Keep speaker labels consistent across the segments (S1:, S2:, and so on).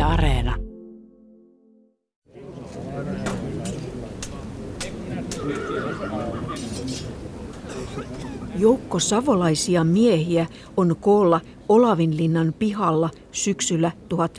S1: Areena.
S2: Joukko savolaisia miehiä on koolla Olavinlinnan pihalla syksyllä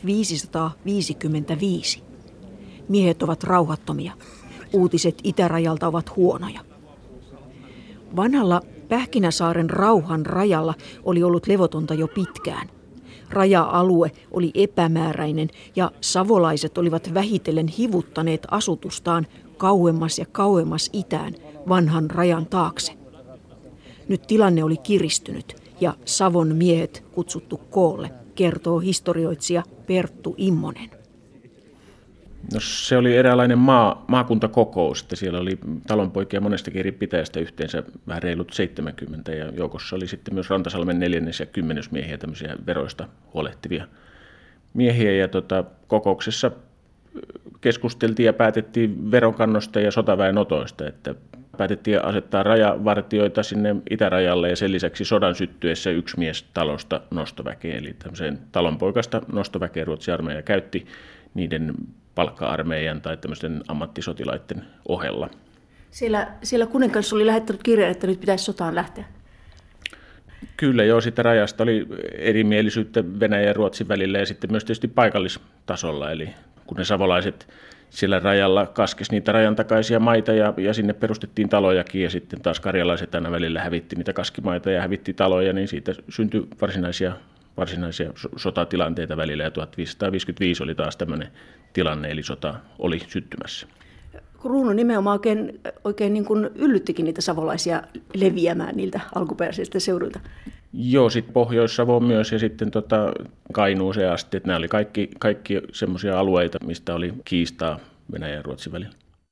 S2: 1555. Miehet ovat rauhattomia. Uutiset itärajalta ovat huonoja. Vanhalla Pähkinäsaaren rauhan rajalla oli ollut levotonta jo pitkään. Raja-alue oli epämääräinen ja savolaiset olivat vähitellen hivuttaneet asutustaan kauemmas ja kauemmas itään vanhan rajan taakse. Nyt tilanne oli kiristynyt ja Savon miehet kutsuttu koolle, kertoo historioitsija Perttu Immonen.
S3: No, se oli eräänlainen maakuntakokous, että siellä oli talonpoikia monestakin eri pitäjästä yhteensä vähän reilut 70 ja joukossa oli sitten myös Rantasalmen 4. ja 10. miehiä, tämmöisiä veroista huolehtivia miehiä ja kokouksessa keskusteltiin ja päätettiin veronkannosta ja sotaväen otoista, että päätettiin asettaa rajavartioita sinne itärajalle ja sen lisäksi sodan syttyessä yksi mies talosta nostoväkeen, eli tämmöiseen talonpoikasta nostoväkeen Ruotsin armeija käytti niiden palkka-armeijan tai tämmöisten ammattisotilaiden ohella.
S2: Siellä kuningas oli lähettänyt kirjeen, että nyt pitäisi sotaan lähteä.
S3: Kyllä joo, siitä rajasta oli erimielisyyttä Venäjän ja Ruotsin välillä ja sitten myös tietysti paikallistasolla, eli kun ne savolaiset siellä rajalla kaskesi niitä rajan takaisia maita ja sinne perustettiin talojakin ja sitten taas karjalaiset aina välillä hävitti niitä kaskimaita ja hävitti taloja, niin siitä syntyi varsinaisia sotatilanteita välillä ja 1555 oli taas tämmöinen tilanne, eli sota oli syttymässä.
S2: Kruunu nimenomaan oikein niin kuin yllyttikin niitä savolaisia leviämään niiltä alkuperäisiltä seuduilta.
S3: Joo, sitten Pohjois-Savo myös ja sitten Kainuuseen asti, että nämä oli kaikki semmoisia alueita, mistä oli kiistaa Venäjän ja Ruotsin välillä.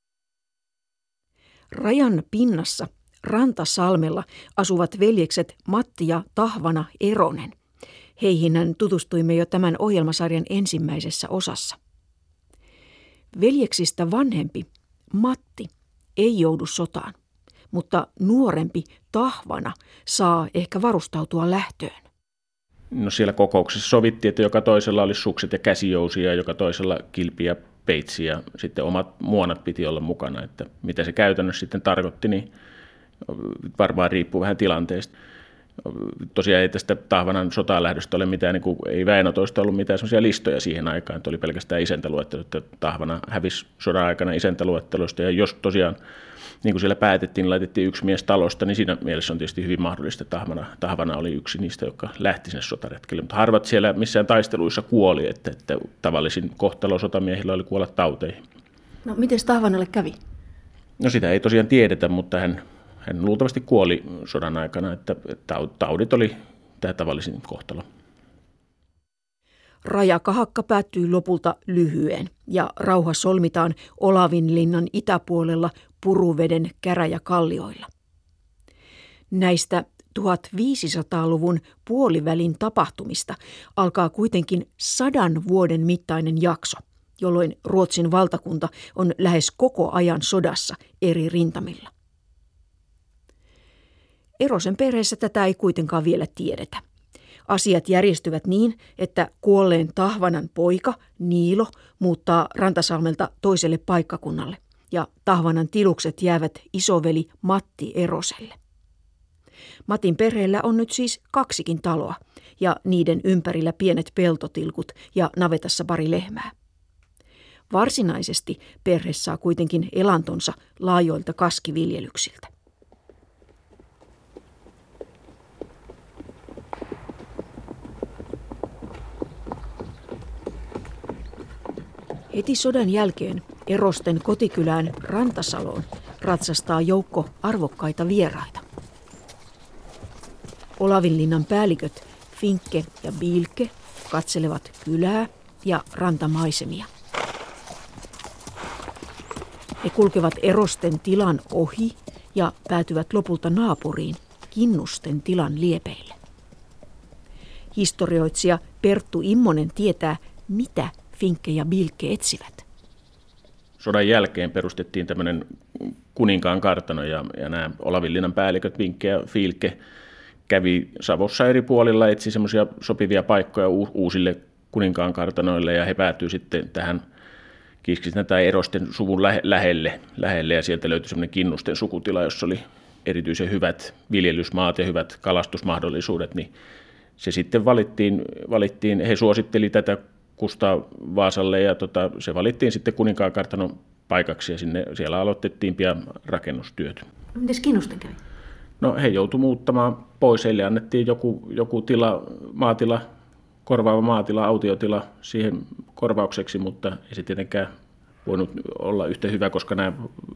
S2: Rajan pinnassa Rantasalmella asuvat veljekset Matti ja Tahvana Eronen. Heihin tutustuimme jo tämän ohjelmasarjan ensimmäisessä osassa. Veljeksistä vanhempi Matti ei joudu sotaan, mutta nuorempi Tahvana saa ehkä varustautua lähtöön.
S3: No siellä kokouksessa sovittiin, että joka toisella olisi sukset ja käsijousia, joka toisella kilpi ja peitsi ja sitten omat muonat piti olla mukana. Että mitä se käytännössä sitten tarkoitti, niin varmaan riippuu vähän tilanteesta. Tosiaan ei tästä Tahvanan sotaan lähdöstä ole mitään, niin kuin, ei väenotoista ollut mitään sellaisia listoja siihen aikaan, että oli pelkästään isäntäluettelo, että Tahvana hävisi sodan aikana isäntäluettelosta ja jos tosiaan niin kuin siellä päätettiin, niin laitettiin yksi mies talosta, niin siinä mielessä on tietysti hyvin mahdollista, että Tahvana oli yksi niistä, joka lähti sinne sotaretkelle. Mutta harvat siellä missään taisteluissa kuoli, että tavallisin kohtalo sotamiehillä oli kuolla tauteihin.
S2: No miten Tahvanalle kävi?
S3: No sitä ei tosiaan tiedetä, mutta hän luultavasti kuoli sodan aikana, että taudit oli tämä tavallisin kohtalo.
S2: Rajakahakka päättyy lopulta lyhyen ja rauha solmitaan Olavinlinnan itäpuolella Puruveden käräjäkallioilla. Näistä 1500-luvun puolivälin tapahtumista alkaa kuitenkin 100 vuoden mittainen jakso, jolloin Ruotsin valtakunta on lähes koko ajan sodassa eri rintamilla. Erosen perheessä tätä ei kuitenkaan vielä tiedetä. Asiat järjestyvät niin, että kuolleen Tahvanan poika Niilo muuttaa Rantasalmelta toiselle paikkakunnalle ja Tahvanan tilukset jäävät isoveli Matti Eroselle. Matin perheellä on nyt siis 2 taloa ja niiden ympärillä pienet peltotilkut ja navetassa pari lehmää. Varsinaisesti perhe saa kuitenkin elantonsa laajoilta kaskiviljelyksiltä. Heti sodan jälkeen Erosten kotikylään Rantasaloon ratsastaa joukko arvokkaita vieraita. Olavinlinnan päälliköt Finkke ja Biilke katselevat kylää ja rantamaisemia. He kulkevat Erosten tilan ohi ja päätyvät lopulta naapuriin Kinnusten tilan liepeille. Historioitsija Perttu Immonen tietää, mitä Finkke ja Biilke etsivät.
S3: Sodan jälkeen perustettiin tämmöinen kuninkaan kartano ja nämä Olavinlinnan päälliköt Finkke ja Biilke kävi Savossa eri puolilla, etsi semmoisia sopivia paikkoja uusille kuninkaan kartanoille ja he päätyivät sitten tähän Kiskisten tai Erosten suvun lähelle ja sieltä löytyi semmoinen Kinnusten sukutila, jossa oli erityisen hyvät viljelysmaat ja hyvät kalastusmahdollisuudet, niin se sitten valittiin, he suositteli tätä Kustaa Vaasalle ja se valittiin sitten kuninkaan kartanon paikaksi ja siellä aloitettiin pian rakennustyöt.
S2: Mites Kinnusten kävi?
S3: No he joutuivat muuttamaan pois, heille annettiin joku maatila, korvaava maatila, autiotila siihen korvaukseksi, mutta ei se tietenkään voinut olla yhtä hyvä, koska nämä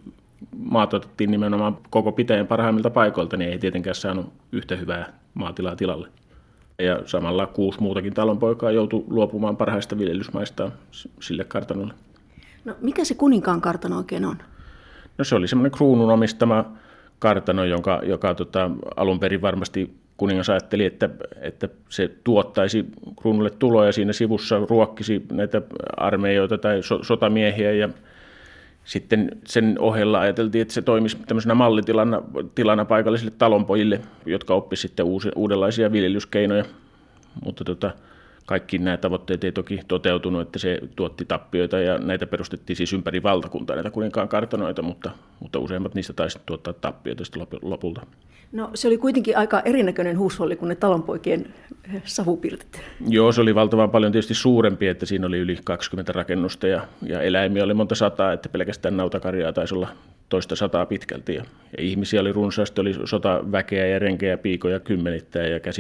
S3: maat otettiin nimenomaan koko pitäjän parhaimmilta paikoilta, niin ei tietenkään saanut yhtä hyvää maatilaa tilalle. Ja samalla 6 muutakin talonpoikaa joutui luopumaan parhaista viljelysmaistaan sille kartanolle.
S2: No mikä se kuninkaan kartano oikein on?
S3: No se oli semmoinen kruunun omistama kartano, joka alun perin varmasti kuningas ajatteli, että se tuottaisi kruunulle tuloa ja siinä sivussa ruokkisi näitä armeijoita tai sotamiehiä ja sitten sen ohella ajateltiin, että se toimisi tämmöisenä mallitilana paikallisille talonpojille, jotka oppisivat sitten uudenlaisia viljelyskeinoja, mutta kaikki nämä tavoitteet ei toki toteutunut, että se tuotti tappioita ja näitä perustettiin siis ympäri valtakuntaa, näitä kuninkaan kartanoita, mutta useimmat niistä taisi tuottaa tappioita sitten lopulta.
S2: No se oli kuitenkin aika erinäköinen huusholli kuin ne talonpoikien savupirtit.
S3: Joo, se oli valtavan paljon tietysti suurempi, että siinä oli yli 20 rakennusta ja eläimiä oli monta sataa, että pelkästään nautakarjaa taisi olla toista sataa pitkälti. Ja ihmisiä oli runsaasti, oli sotaväkeä ja renkejä, piikoja kymmenittäin ja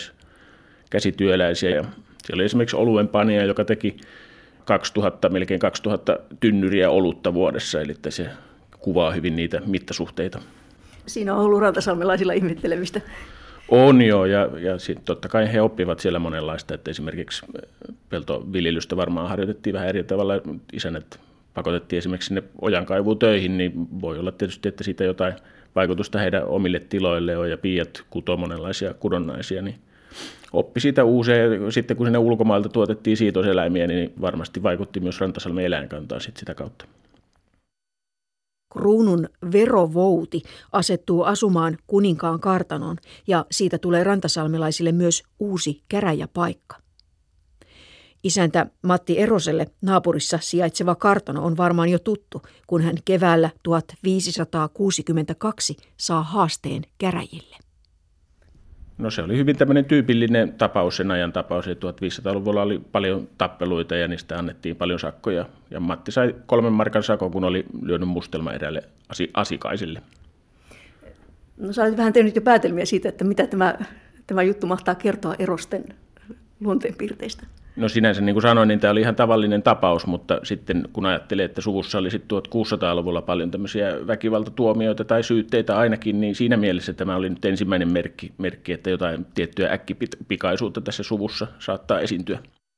S3: käsityöläisiä. Ja siellä oli esimerkiksi oluenpanija, joka teki melkein 2000 tynnyriä olutta vuodessa, eli se kuvaa hyvin niitä mittasuhteita. Siinä on ollut rantasalmelaisilla ihmettelemistä. On joo, ja totta kai he oppivat siellä monenlaista, että esimerkiksi peltoviljelystä varmaan harjoitettiin vähän eri tavalla. Isännät pakotettiin esimerkiksi sinne ojankaivuun töihin, niin voi olla tietysti, että siitä jotain vaikutusta heidän omille tiloille on, ja piiat kutoo monenlaisia kudonnaisia, niin oppi siitä uusia, ja sitten kun sinne ulkomailta tuotettiin siitoseläimiä, niin varmasti vaikutti myös Rantasalmen eläinkantaa sitä kautta.
S2: Kruunun verovouti asettuu asumaan kuninkaan kartanoon ja siitä tulee rantasalmelaisille myös uusi käräjäpaikka. Isäntä Matti Eroselle naapurissa sijaitseva kartano on varmaan jo tuttu, kun hän keväällä 1562 saa haasteen käräjille.
S3: No se oli hyvin tämmöinen tyypillinen tapaus, sen ajan tapaus. 1500-luvulla oli paljon tappeluita ja niistä annettiin paljon sakkoja. Ja Matti sai 3 markan sakon, kun oli lyönyt mustelma eräälle asikaisille.
S2: No sä olet vähän tehnyt jo päätelmiä siitä, että mitä tämä juttu mahtaa kertoa Erosten luonteenpiirteistä.
S3: No sinänsä niin kuin sanoin, niin tämä oli ihan tavallinen tapaus, mutta sitten kun ajattelee, että suvussa oli sitten 1600-luvulla paljon tämmöisiä väkivaltatuomioita tai syytteitä ainakin, niin siinä mielessä tämä oli nyt ensimmäinen merkki, että jotain tiettyä äkkipikaisuutta tässä suvussa saattaa esiintyä.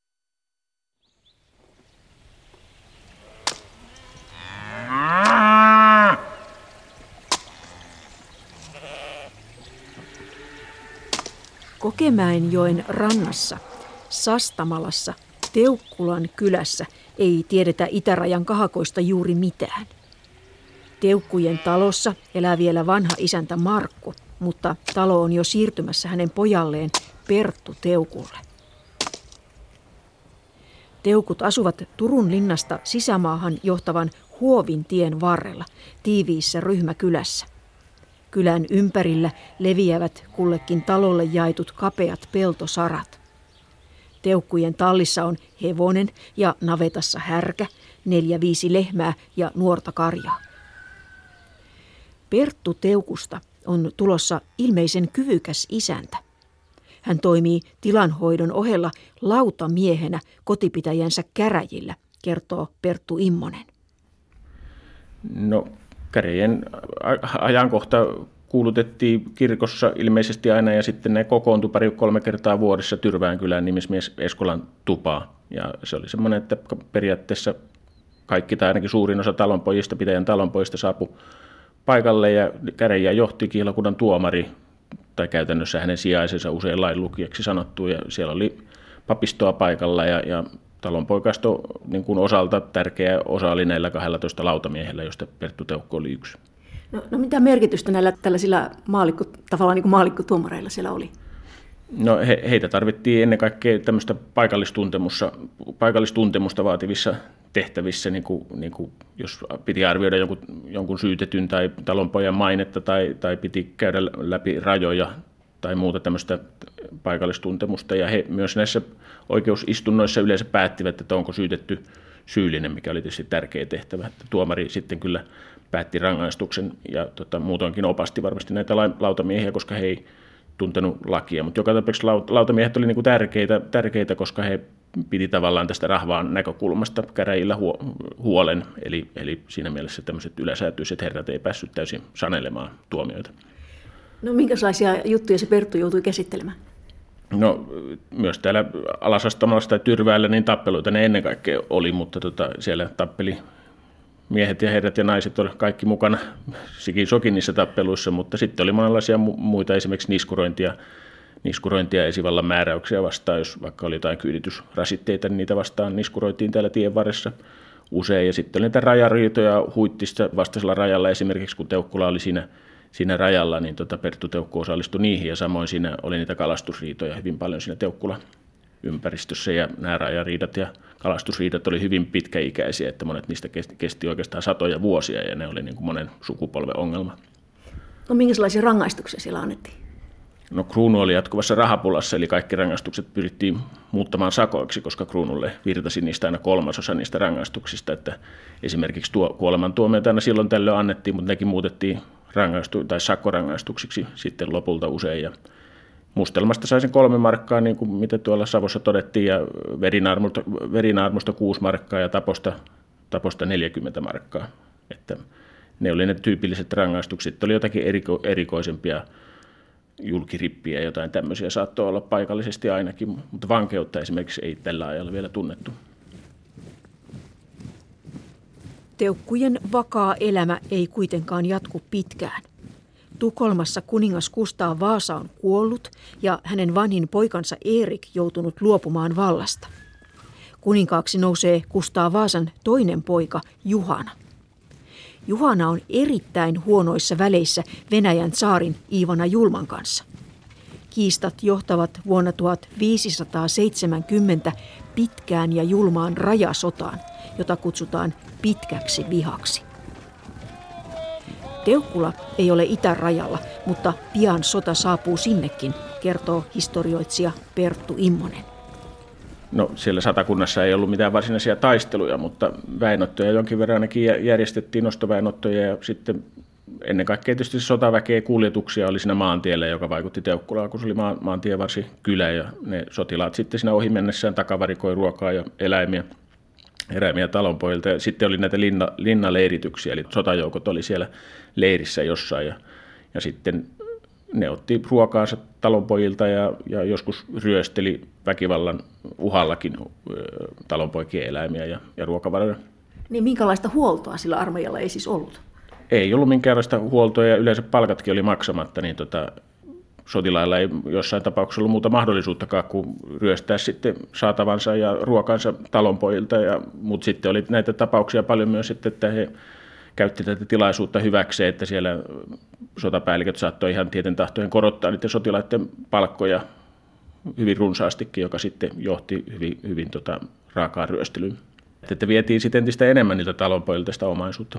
S2: Kokemäenjoen rannassa, Sastamalassa, Teukkulan kylässä ei tiedetä itärajan kahakoista juuri mitään. Teukkujen talossa elää vielä vanha isäntä Markku, mutta talo on jo siirtymässä hänen pojalleen Perttu Teukulle. Teukut asuvat Turun linnasta sisämaahan johtavan Huovintien varrella, tiiviissä ryhmäkylässä. Kylän ympärillä leviävät kullekin talolle jaetut kapeat peltosarat. Teukkujen tallissa on hevonen ja navetassa härkä, 4-5 lehmää ja nuorta karjaa. Perttu Teukusta on tulossa ilmeisen kyvykäs isäntä. Hän toimii tilanhoidon ohella lautamiehenä kotipitäjänsä käräjillä, kertoo Perttu Immonen.
S3: No, käräjien ajankohta kuulutettiin kirkossa ilmeisesti aina ja sitten ne kokoontui 2-3 kertaa vuodessa Tyrväänkylän nimismies Eskolan tupaa. Ja se oli semmoinen, että periaatteessa kaikki tai ainakin suurin osa talonpojista, pitäjän talonpojista saapui paikalle ja käräjiä johti kihlakunnan tuomari tai käytännössä hänen sijaisensa usein lainlukijaksi sanottu ja siellä oli papistoa paikalla ja talonpoikasto niin kuin osalta tärkeä osa oli näillä 12 lautamiehellä, josta Perttu Teukku oli yksi.
S2: No mitä merkitystä näillä tällaisilla tavallaan niin kuin maallikkotuomareilla siellä oli?
S3: No heitä tarvittiin ennen kaikkea tämmöistä paikallistuntemusta vaativissa tehtävissä, niin kuin jos piti arvioida jonkun syytetyn tai talonpojan mainetta tai piti käydä läpi rajoja tai muuta tämmöistä paikallistuntemusta. Ja he myös näissä oikeusistunnoissa yleensä päättivät, että onko syytetty syyllinen, mikä oli tietysti tärkeä tehtävä. Että tuomari sitten kyllä päätti rangaistuksen ja muutoinkin opasti varmasti näitä lautamiehiä, koska he ei tuntenut lakia. Mutta joka tapauksessa lautamiehet oli niin tärkeitä, koska he piti tavallaan tästä rahvaan näkökulmasta käräjillä huolen. Eli siinä mielessä tämmöiset yläsäätyiset herrat ei päässyt täysin sanelemaan tuomioita.
S2: No minkälaisia juttuja se Perttu joutui käsittelemään?
S3: No myös täällä Alasastamalla tai Tyrväällä niin tappeluita ne ennen kaikkea oli, mutta siellä tappeli miehet ja herrat ja naiset olivat kaikki mukana sikin sokin niissä tappeluissa, mutta sitten oli monenlaisia muita, esimerkiksi niskurointia esivallan määräyksiä vastaan, jos vaikka oli jotain kyyditysrasitteita, niin niitä vastaan niskuroitiin täällä tien varressa usein. Ja sitten oli niitä rajariitoja Huittista vastaisella rajalla esimerkiksi, kun Teukkula oli siinä rajalla, niin Perttu Teukku osallistui niihin ja samoin siinä oli niitä kalastusriitoja hyvin paljon siinä Teukkula-ympäristössä ja nämä rajariidat ja kalastusriidat oli hyvin pitkäikäisiä, että monet niistä kesti oikeastaan satoja vuosia ja ne oli niin kuin monen sukupolven ongelma.
S2: No minkälaisia rangaistuksia siellä annettiin?
S3: No kruunu oli jatkuvassa rahapulassa, eli kaikki rangaistukset pyrittiin muuttamaan sakoiksi, koska kruunulle virtasi niistä aina 1/3 niistä rangaistuksista, että esimerkiksi kuolemantuomioita aina silloin tällöin annettiin, mutta nekin muutettiin sakkorangaistuksiksi sitten lopulta usein. Ja mustelmasta sai sen 3 markkaa, niin kuin mitä tuolla Savossa todettiin, ja verinaarmusta 6 markkaa ja taposta 40 markkaa. Että ne oli ne tyypilliset rangaistukset. Sitten oli jotakin erikoisempia julkirippiä, jotain tämmöisiä saattoi olla paikallisesti ainakin, mutta vankeutta esimerkiksi ei tällä ajalla vielä tunnettu.
S2: Teukkujen vakaa elämä ei kuitenkaan jatku pitkään. Tukholmassa kuningas Kustaa Vaasa on kuollut ja hänen vanhin poikansa Erik joutunut luopumaan vallasta. Kuninkaaksi nousee Kustaa Vaasan toinen poika Juhana. Juhana on erittäin huonoissa väleissä Venäjän tsaarin Iivana Julman kanssa. Kiistat johtavat vuonna 1570 pitkään ja julmaan rajasotaan, jota kutsutaan pitkäksi vihaksi. Teukkula ei ole itärajalla, mutta pian sota saapuu sinnekin, kertoo historioitsija Perttu Immonen.
S3: No siellä Satakunnassa ei ollut mitään varsinaisia taisteluja, mutta väenottoja jonkin verran ainakin järjestettiin, nostoväenottoja ja sitten ennen kaikkea tietysti sotaväkeä kuljetuksia oli siinä maantiellä, joka vaikutti Teukkulaan, kun se oli maantien varsin kylä ja ne sotilaat sitten siinä ohi mennessään takavarikoi ruokaa ja eläimiä talonpojilta. Ja sitten oli näitä linnaleirityksiä, eli sotajoukot oli siellä leirissä jossain ja sitten ne otti ruokaansa talonpojilta ja joskus ryösteli väkivallan uhallakin talonpoikien eläimiä ja ruokavaroja.
S2: Niin minkälaista huoltoa sillä armeijalla ei siis ollut?
S3: Ei ollut minkäänlaista huoltoa ja yleensä palkatkin oli maksamatta, niin sotilailla ei jossain tapauksessa ollut muuta mahdollisuuttakaan kuin ryöstää sitten saatavansa ja ruokansa talonpojilta. Mutta sitten oli näitä tapauksia paljon myös, että he käytti tätä tilaisuutta hyväkseen, että siellä sotapäälliköt saattoi ihan tieten tahtojen korottaa niiden sotilaiden palkkoja hyvin runsaastikin, joka sitten johti hyvin raakaan ryöstelyyn. Että vietiin sitten entistä enemmän niiltä talonpojilta sitä omaisuutta.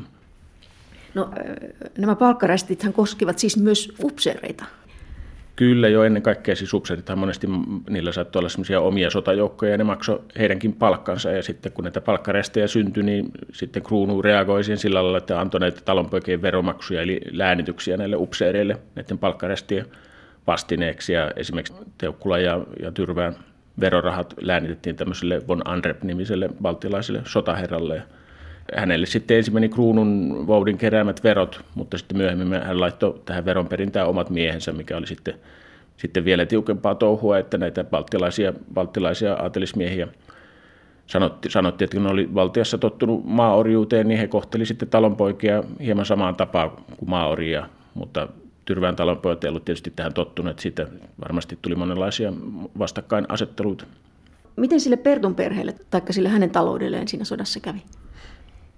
S2: No nämä palkkarästithän koskivat siis myös upseereita.
S3: Kyllä jo ennen kaikkea siis upseerithan monesti niillä saattoi olla semmoisia omia sotajoukkoja ja ne maksoi heidänkin palkkansa ja sitten kun näitä palkkarästejä syntyi, niin sitten kruunu reagoi siihen sillä lailla, että antoi näitä talonpoikien veromaksuja eli läänityksiä näille upseereille näiden palkkarästien vastineeksi ja esimerkiksi Teukkula ja Tyrvään verorahat läänitettiin tämmöiselle von Anrep-nimiselle baltialaiselle sotaherralle. Hänelle sitten ensin meni kruunun voudin keräämät verot, mutta sitten myöhemmin hän laittoi tähän veronperintään omat miehensä, mikä oli sitten vielä tiukempaa touhua, että näitä baltilaisia aatelismiehiä sanottiin, että kun oli valtiassa tottunut maaorjuuteen, niin he kohteli sitten talonpoikia hieman samaan tapaan kuin maaorjia, mutta Tyrvään talonpojat ei ollut tietysti tähän tottuneet, siitä varmasti tuli monenlaisia vastakkainasetteluita.
S2: Miten sille Pertun perheelle tai sille hänen taloudelleen siinä sodassa kävi?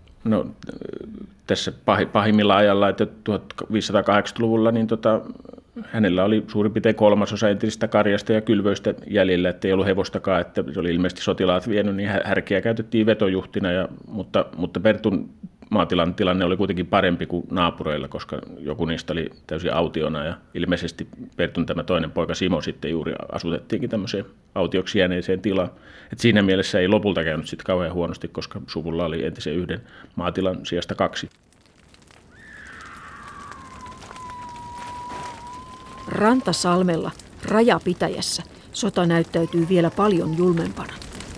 S3: No, tässä pahimmilla ajalla, että 1580-luvulla, niin hänellä oli suurin piirtein 1/3 entisistä karjasta ja kylvöistä jäljellä, ettei ollut hevostakaan, että se oli ilmeisesti sotilaat vienyt, niin härkiä käytettiin vetojuhtina, mutta Pertun maatilan tilanne oli kuitenkin parempi kuin naapureilla, koska joku niistä oli täysin autiona ja ilmeisesti Pertun tämä toinen poika Simo sitten juuri asutettiinkin tämmöiseen autioksi jääneeseen tilaan. Et siinä mielessä ei lopulta käynyt sitten kauhean huonosti, koska suvulla oli entisen yhden maatilan sijasta 2.
S2: Rantasalmella, rajapitäjässä, sota näyttäytyy vielä paljon julmempana.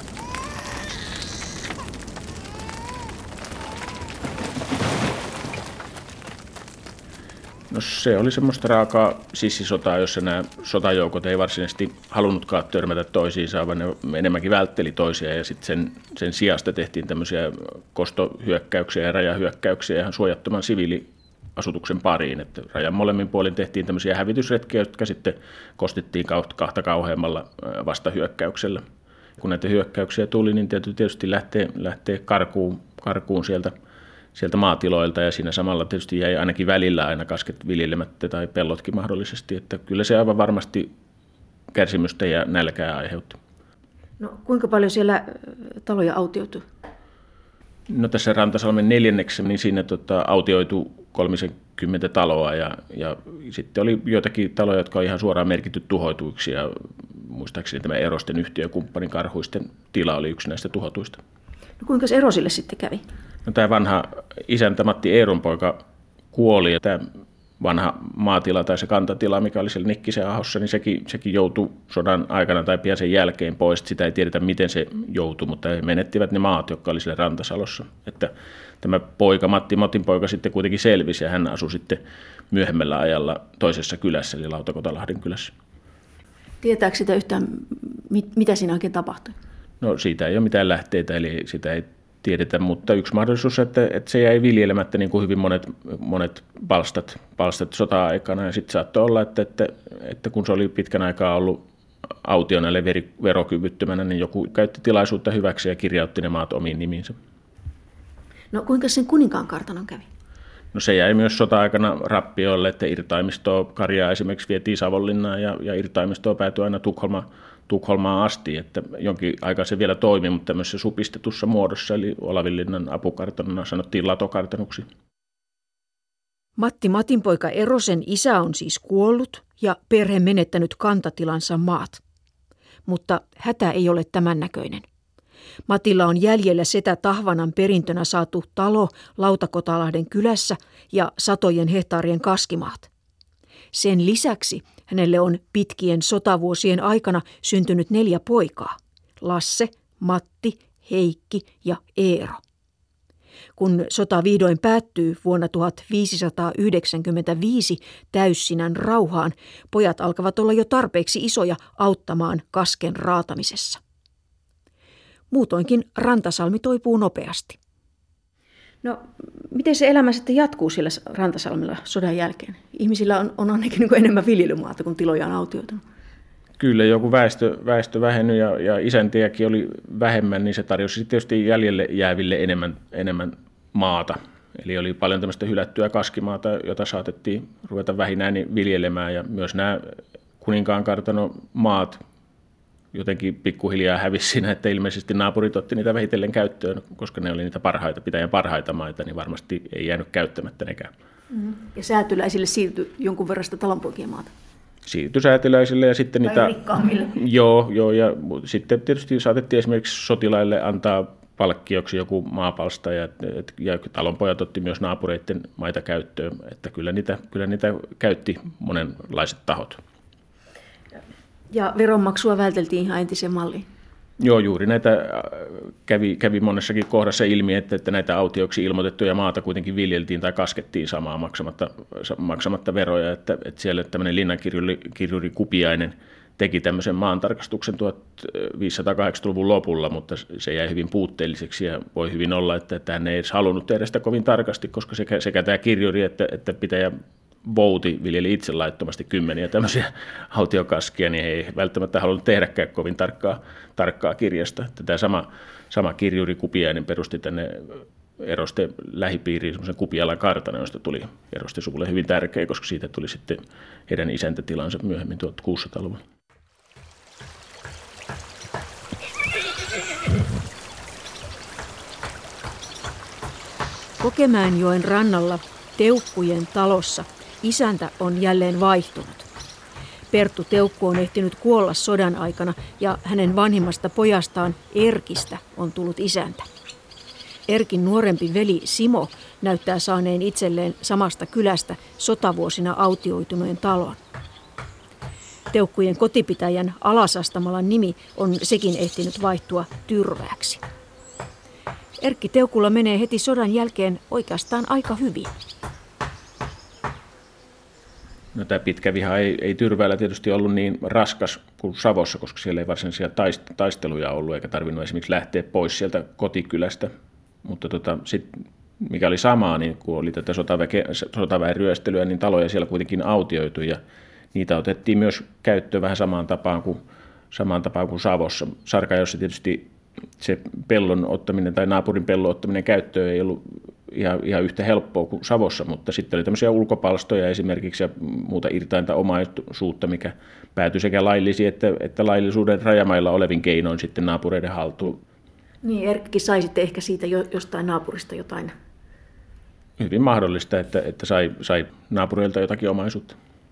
S3: No se oli semmoista raakaa sissisotaa, jossa nämä sotajoukot ei varsinaisesti halunnutkaan törmätä toisiinsa, vaan ne enemmänkin vältteli toisiaan ja sitten sen sijasta tehtiin tämmöisiä kostohyökkäyksiä ja rajahyökkäyksiä ihan suojattoman siviiliasutuksen pariin. Että rajan molemmin puolin tehtiin tämmöisiä hävitysretkiä, jotka sitten kostittiin kahta kauheammalla vastahyökkäyksellä. Kun näitä hyökkäyksiä tuli, niin tietysti lähtee karkuun sieltä maatiloilta ja siinä samalla tietysti jäi ainakin välillä aina kasket viljelemättä tai pellotkin mahdollisesti, että kyllä se aivan varmasti kärsimystä ja nälkää aiheutti.
S2: No kuinka paljon siellä taloja autioitui?
S3: No tässä Rantasalmen 4. niin siinä autioitui 30 taloa ja sitten oli joitakin taloja, jotka oli ihan suoraan merkitty tuhoituiksi ja muistaakseni tämä Erosten yhtiökumppanin Karhuisten tila oli yksi näistä tuhotuista.
S2: No kuinka Erosille sitten kävi?
S3: No, tämä vanha isäntä Matti Eeronpoika kuoli ja tämä vanha maatila tai se kantatila, mikä oli siellä Nikkisen ahossa, niin sekin joutui sodan aikana tai pian sen jälkeen pois. Sitä ei tiedetä, miten se joutui, mutta he menettivät ne maat, jotka oli siellä Rantasalossa. Että tämä poika, Matti Motin poika, sitten kuitenkin selvisi ja hän asui sitten myöhemmällä ajalla toisessa kylässä, eli Lautakotalahden kylässä.
S2: Tietääkö sitä yhtään, mitä siinä oikein tapahtui?
S3: No siitä ei ole mitään lähteitä, eli sitä ei tiedetä, mutta yksi mahdollisuus, että se jäi viljelemättä niin kuin hyvin monet palstat sota-aikana ja sitten saattoi olla, että kun se oli pitkän aikaa ollut autiona eli verokyvyttömänä, niin joku käytti tilaisuutta hyväksi ja kirjautti ne maat omiin nimiinsä.
S2: No kuinka sen kuninkaan kartanon kävi?
S3: No se jäi myös sota-aikana rappioille, että irtaimistoa karjaa esimerkiksi vietiin Savonlinnaan ja irtaimistoa päätyi aina Tukholmaan asti, että jonkin aikaa se vielä toimi, mutta tämmöisessä supistetussa muodossa, eli Olavinlinnan apukartanona sanottiin latokartanuksi.
S2: Matti Matinpoika Erosen isä on siis kuollut ja perhe menettänyt kantatilansa maat. Mutta hätä ei ole tämän näköinen. Matilla on jäljellä setä Tahvanan perintönä saatu talo Lautakotalahden kylässä ja satojen hehtaarien kaskimaat. Sen lisäksi hänelle on pitkien sotavuosien aikana syntynyt 4 poikaa, Lasse, Matti, Heikki ja Eero. Kun sota vihdoin päättyy vuonna 1595 täyssinän rauhaan, pojat alkavat olla jo tarpeeksi isoja auttamaan kasken raatamisessa. Muutoinkin Rantasalmi toipuu nopeasti. No, miten se elämä sitten jatkuu siellä Rantasalmella sodan jälkeen? Ihmisillä on ainakin niin kuin enemmän viljelymaata, kun tiloja on autioitunut.
S3: Kyllä, joku väestö vähennyt ja isäntiäkin oli vähemmän, niin se tarjosi tietysti jäljelle jääville enemmän maata. Eli oli paljon tämmöistä hylättyä kaskimaata, jota saatettiin ruveta vähinään viljelemään ja myös nämä kuninkaan kartanon maat jotenkin pikkuhiljaa hävisi siinä, että ilmeisesti naapurit otti niitä vähitellen käyttöön, koska ne oli niitä pitäjän parhaita maita, niin varmasti ei jäänyt käyttämättä nekään.
S2: Ja säätyläisille siirtyi jonkun verran sitä talonpoikien maata?
S3: Siirtyi säätyläisille ja sitten
S2: tai
S3: niitä...
S2: rikkaammille.
S3: Joo, ja sitten tietysti saatettiin esimerkiksi sotilaille antaa palkkioksi joku maapalsta ja talonpojat otti myös naapureiden maita käyttöön, että kyllä niitä käytti monenlaiset tahot.
S2: Ja veronmaksua välteltiin ihan entiseen malliin?
S3: Joo, juuri näitä kävi monessakin kohdassa ilmi, että näitä autioiksi ilmoitettuja maata kuitenkin viljeltiin tai kaskettiin samaa maksamatta veroja. Että siellä tämmöinen linnankirjuri Kupiainen teki tämmöisen maantarkastuksen 1580-luvun lopulla, mutta se jäi hyvin puutteelliseksi ja voi hyvin olla, että hän ei edes halunnut tehdä sitä kovin tarkasti, koska sekä tämä kirjuri että pitäjä Vouti viljeli itse laittomasti kymmeniä tämmöisiä autiokaskia, niin he ei välttämättä halunnut tehdäkään kovin tarkkaa kirjasta. Että tämä sama kirjuri Kupiainen perusti tänne eroste lähipiiriin semmoisen Kupialan kartanon, josta tuli eroste suvulle hyvin tärkeä, koska siitä tuli sitten heidän isäntätilansa myöhemmin 1600-luvulla.
S2: Kokemäenjoen rannalla Teukkujen talossa isäntä on jälleen vaihtunut. Perttu Teukku on ehtinyt kuolla sodan aikana ja hänen vanhimmasta pojastaan Erkistä on tullut isäntä. Erkin nuorempi veli Simo näyttää saaneen itselleen samasta kylästä sotavuosina autioituneen talon. Teukkujen kotipitäjän Alasastamalan nimi on sekin ehtinyt vaihtua Tyrvääksi. Erkki Teukulla menee heti sodan jälkeen oikeastaan aika hyvin.
S3: No, tämä pitkä viha ei Tyrväällä tietysti ollut niin raskas kuin Savossa, koska siellä ei varsinaisia taisteluja ollut eikä tarvinnut esimerkiksi lähteä pois sieltä kotikylästä. Mutta sitten mikä oli samaa, niin kun oli tätä sotaväen ryöstelyä, niin taloja siellä kuitenkin autioitui ja niitä otettiin myös käyttöön vähän samaan tapaan kuin Savossa. Sarkajossa tietysti se pellon ottaminen tai naapurin pellon ottaminen käyttöön ei ollut ihan yhtä helppoa kuin Savossa, mutta sitten oli tämmöisiä ulkopalstoja esimerkiksi ja muuta irtainta omaisuutta, mikä päätyi sekä laillisiin että laillisuuden rajamailla olevin keinoin sitten naapureiden haltuun.
S2: Niin, Erkki sai sitten ehkä siitä jostain naapurista jotain.
S3: Hyvin mahdollista, että sai naapureilta jotakin omaisuutta.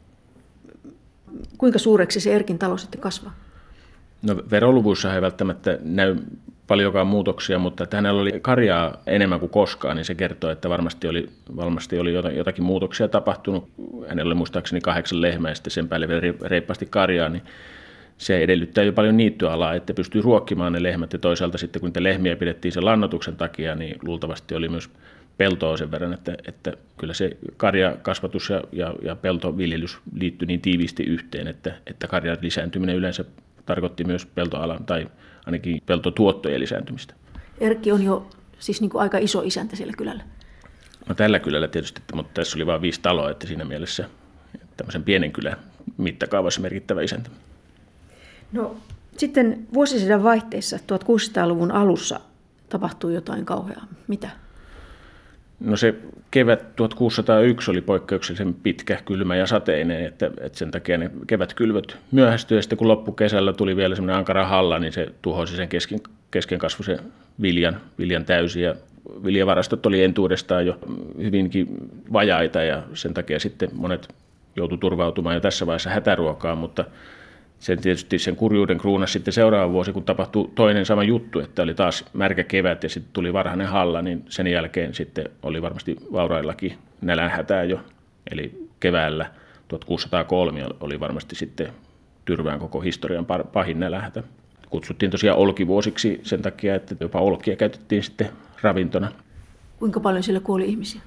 S2: Kuinka suureksi se Erkin talo sitten kasvaa?
S3: No, veroluvuissa ei välttämättä näy paljonkaan muutoksia, mutta että hänellä oli karjaa enemmän kuin koskaan, niin se kertoo, että varmasti oli jotakin muutoksia tapahtunut. Hänellä oli muistaakseni 8 lehmää ja sitten sen päälle vielä reippaasti karjaa, niin se edellyttää jo paljon niittyalaa, että pystyy ruokkimaan ne lehmät. Ja toisaalta sitten, kun niitä lehmiä pidettiin sen lannoituksen takia, niin luultavasti oli myös peltoa sen verran, että kyllä se karjakasvatus ja peltoviljelys liittyi niin tiiviisti yhteen, että karjan lisääntyminen yleensä tarkoitti myös peltoalan tai ainakin peltotuottojen lisääntymistä.
S2: Erkki on jo siis niin kuin aika iso isäntä siellä kylällä.
S3: No, tällä kylällä tietysti, mutta tässä oli vain 5 taloa, että siinä mielessä tämmöisen pienen kylän mittakaavassa merkittävä isäntä.
S2: No, sitten vuosisadan vaihteessa 1600-luvun alussa tapahtui jotain kauheaa. Mitä?
S3: No, se kevät 1601 oli poikkeuksellisen pitkä, kylmä ja sateinen, että sen takia ne kevätkylvöt myöhästyi ja sitten kun loppukesällä tuli vielä semmoinen ankara halla, niin se tuhosi sen keskenkasvuisen viljan täysin ja viljavarastot oli entuudestaan jo hyvinkin vajaita ja sen takia sitten monet joutui turvautumaan jo tässä vaiheessa hätäruokaan, mutta sen kurjuuden kruunasi sitten seuraava vuosi, kun tapahtui toinen sama juttu, että oli taas märkä kevät ja sitten tuli varhainen halla, niin sen jälkeen sitten oli varmasti vauraillakin nälänhätää jo. Eli keväällä 1603 oli varmasti sitten Tyrvään koko historian pahin nälänhätä. Kutsuttiin tosiaan olkivuosiksi sen takia, että jopa olkia käytettiin sitten ravintona.
S2: Kuinka paljon siellä kuoli ihmisiä?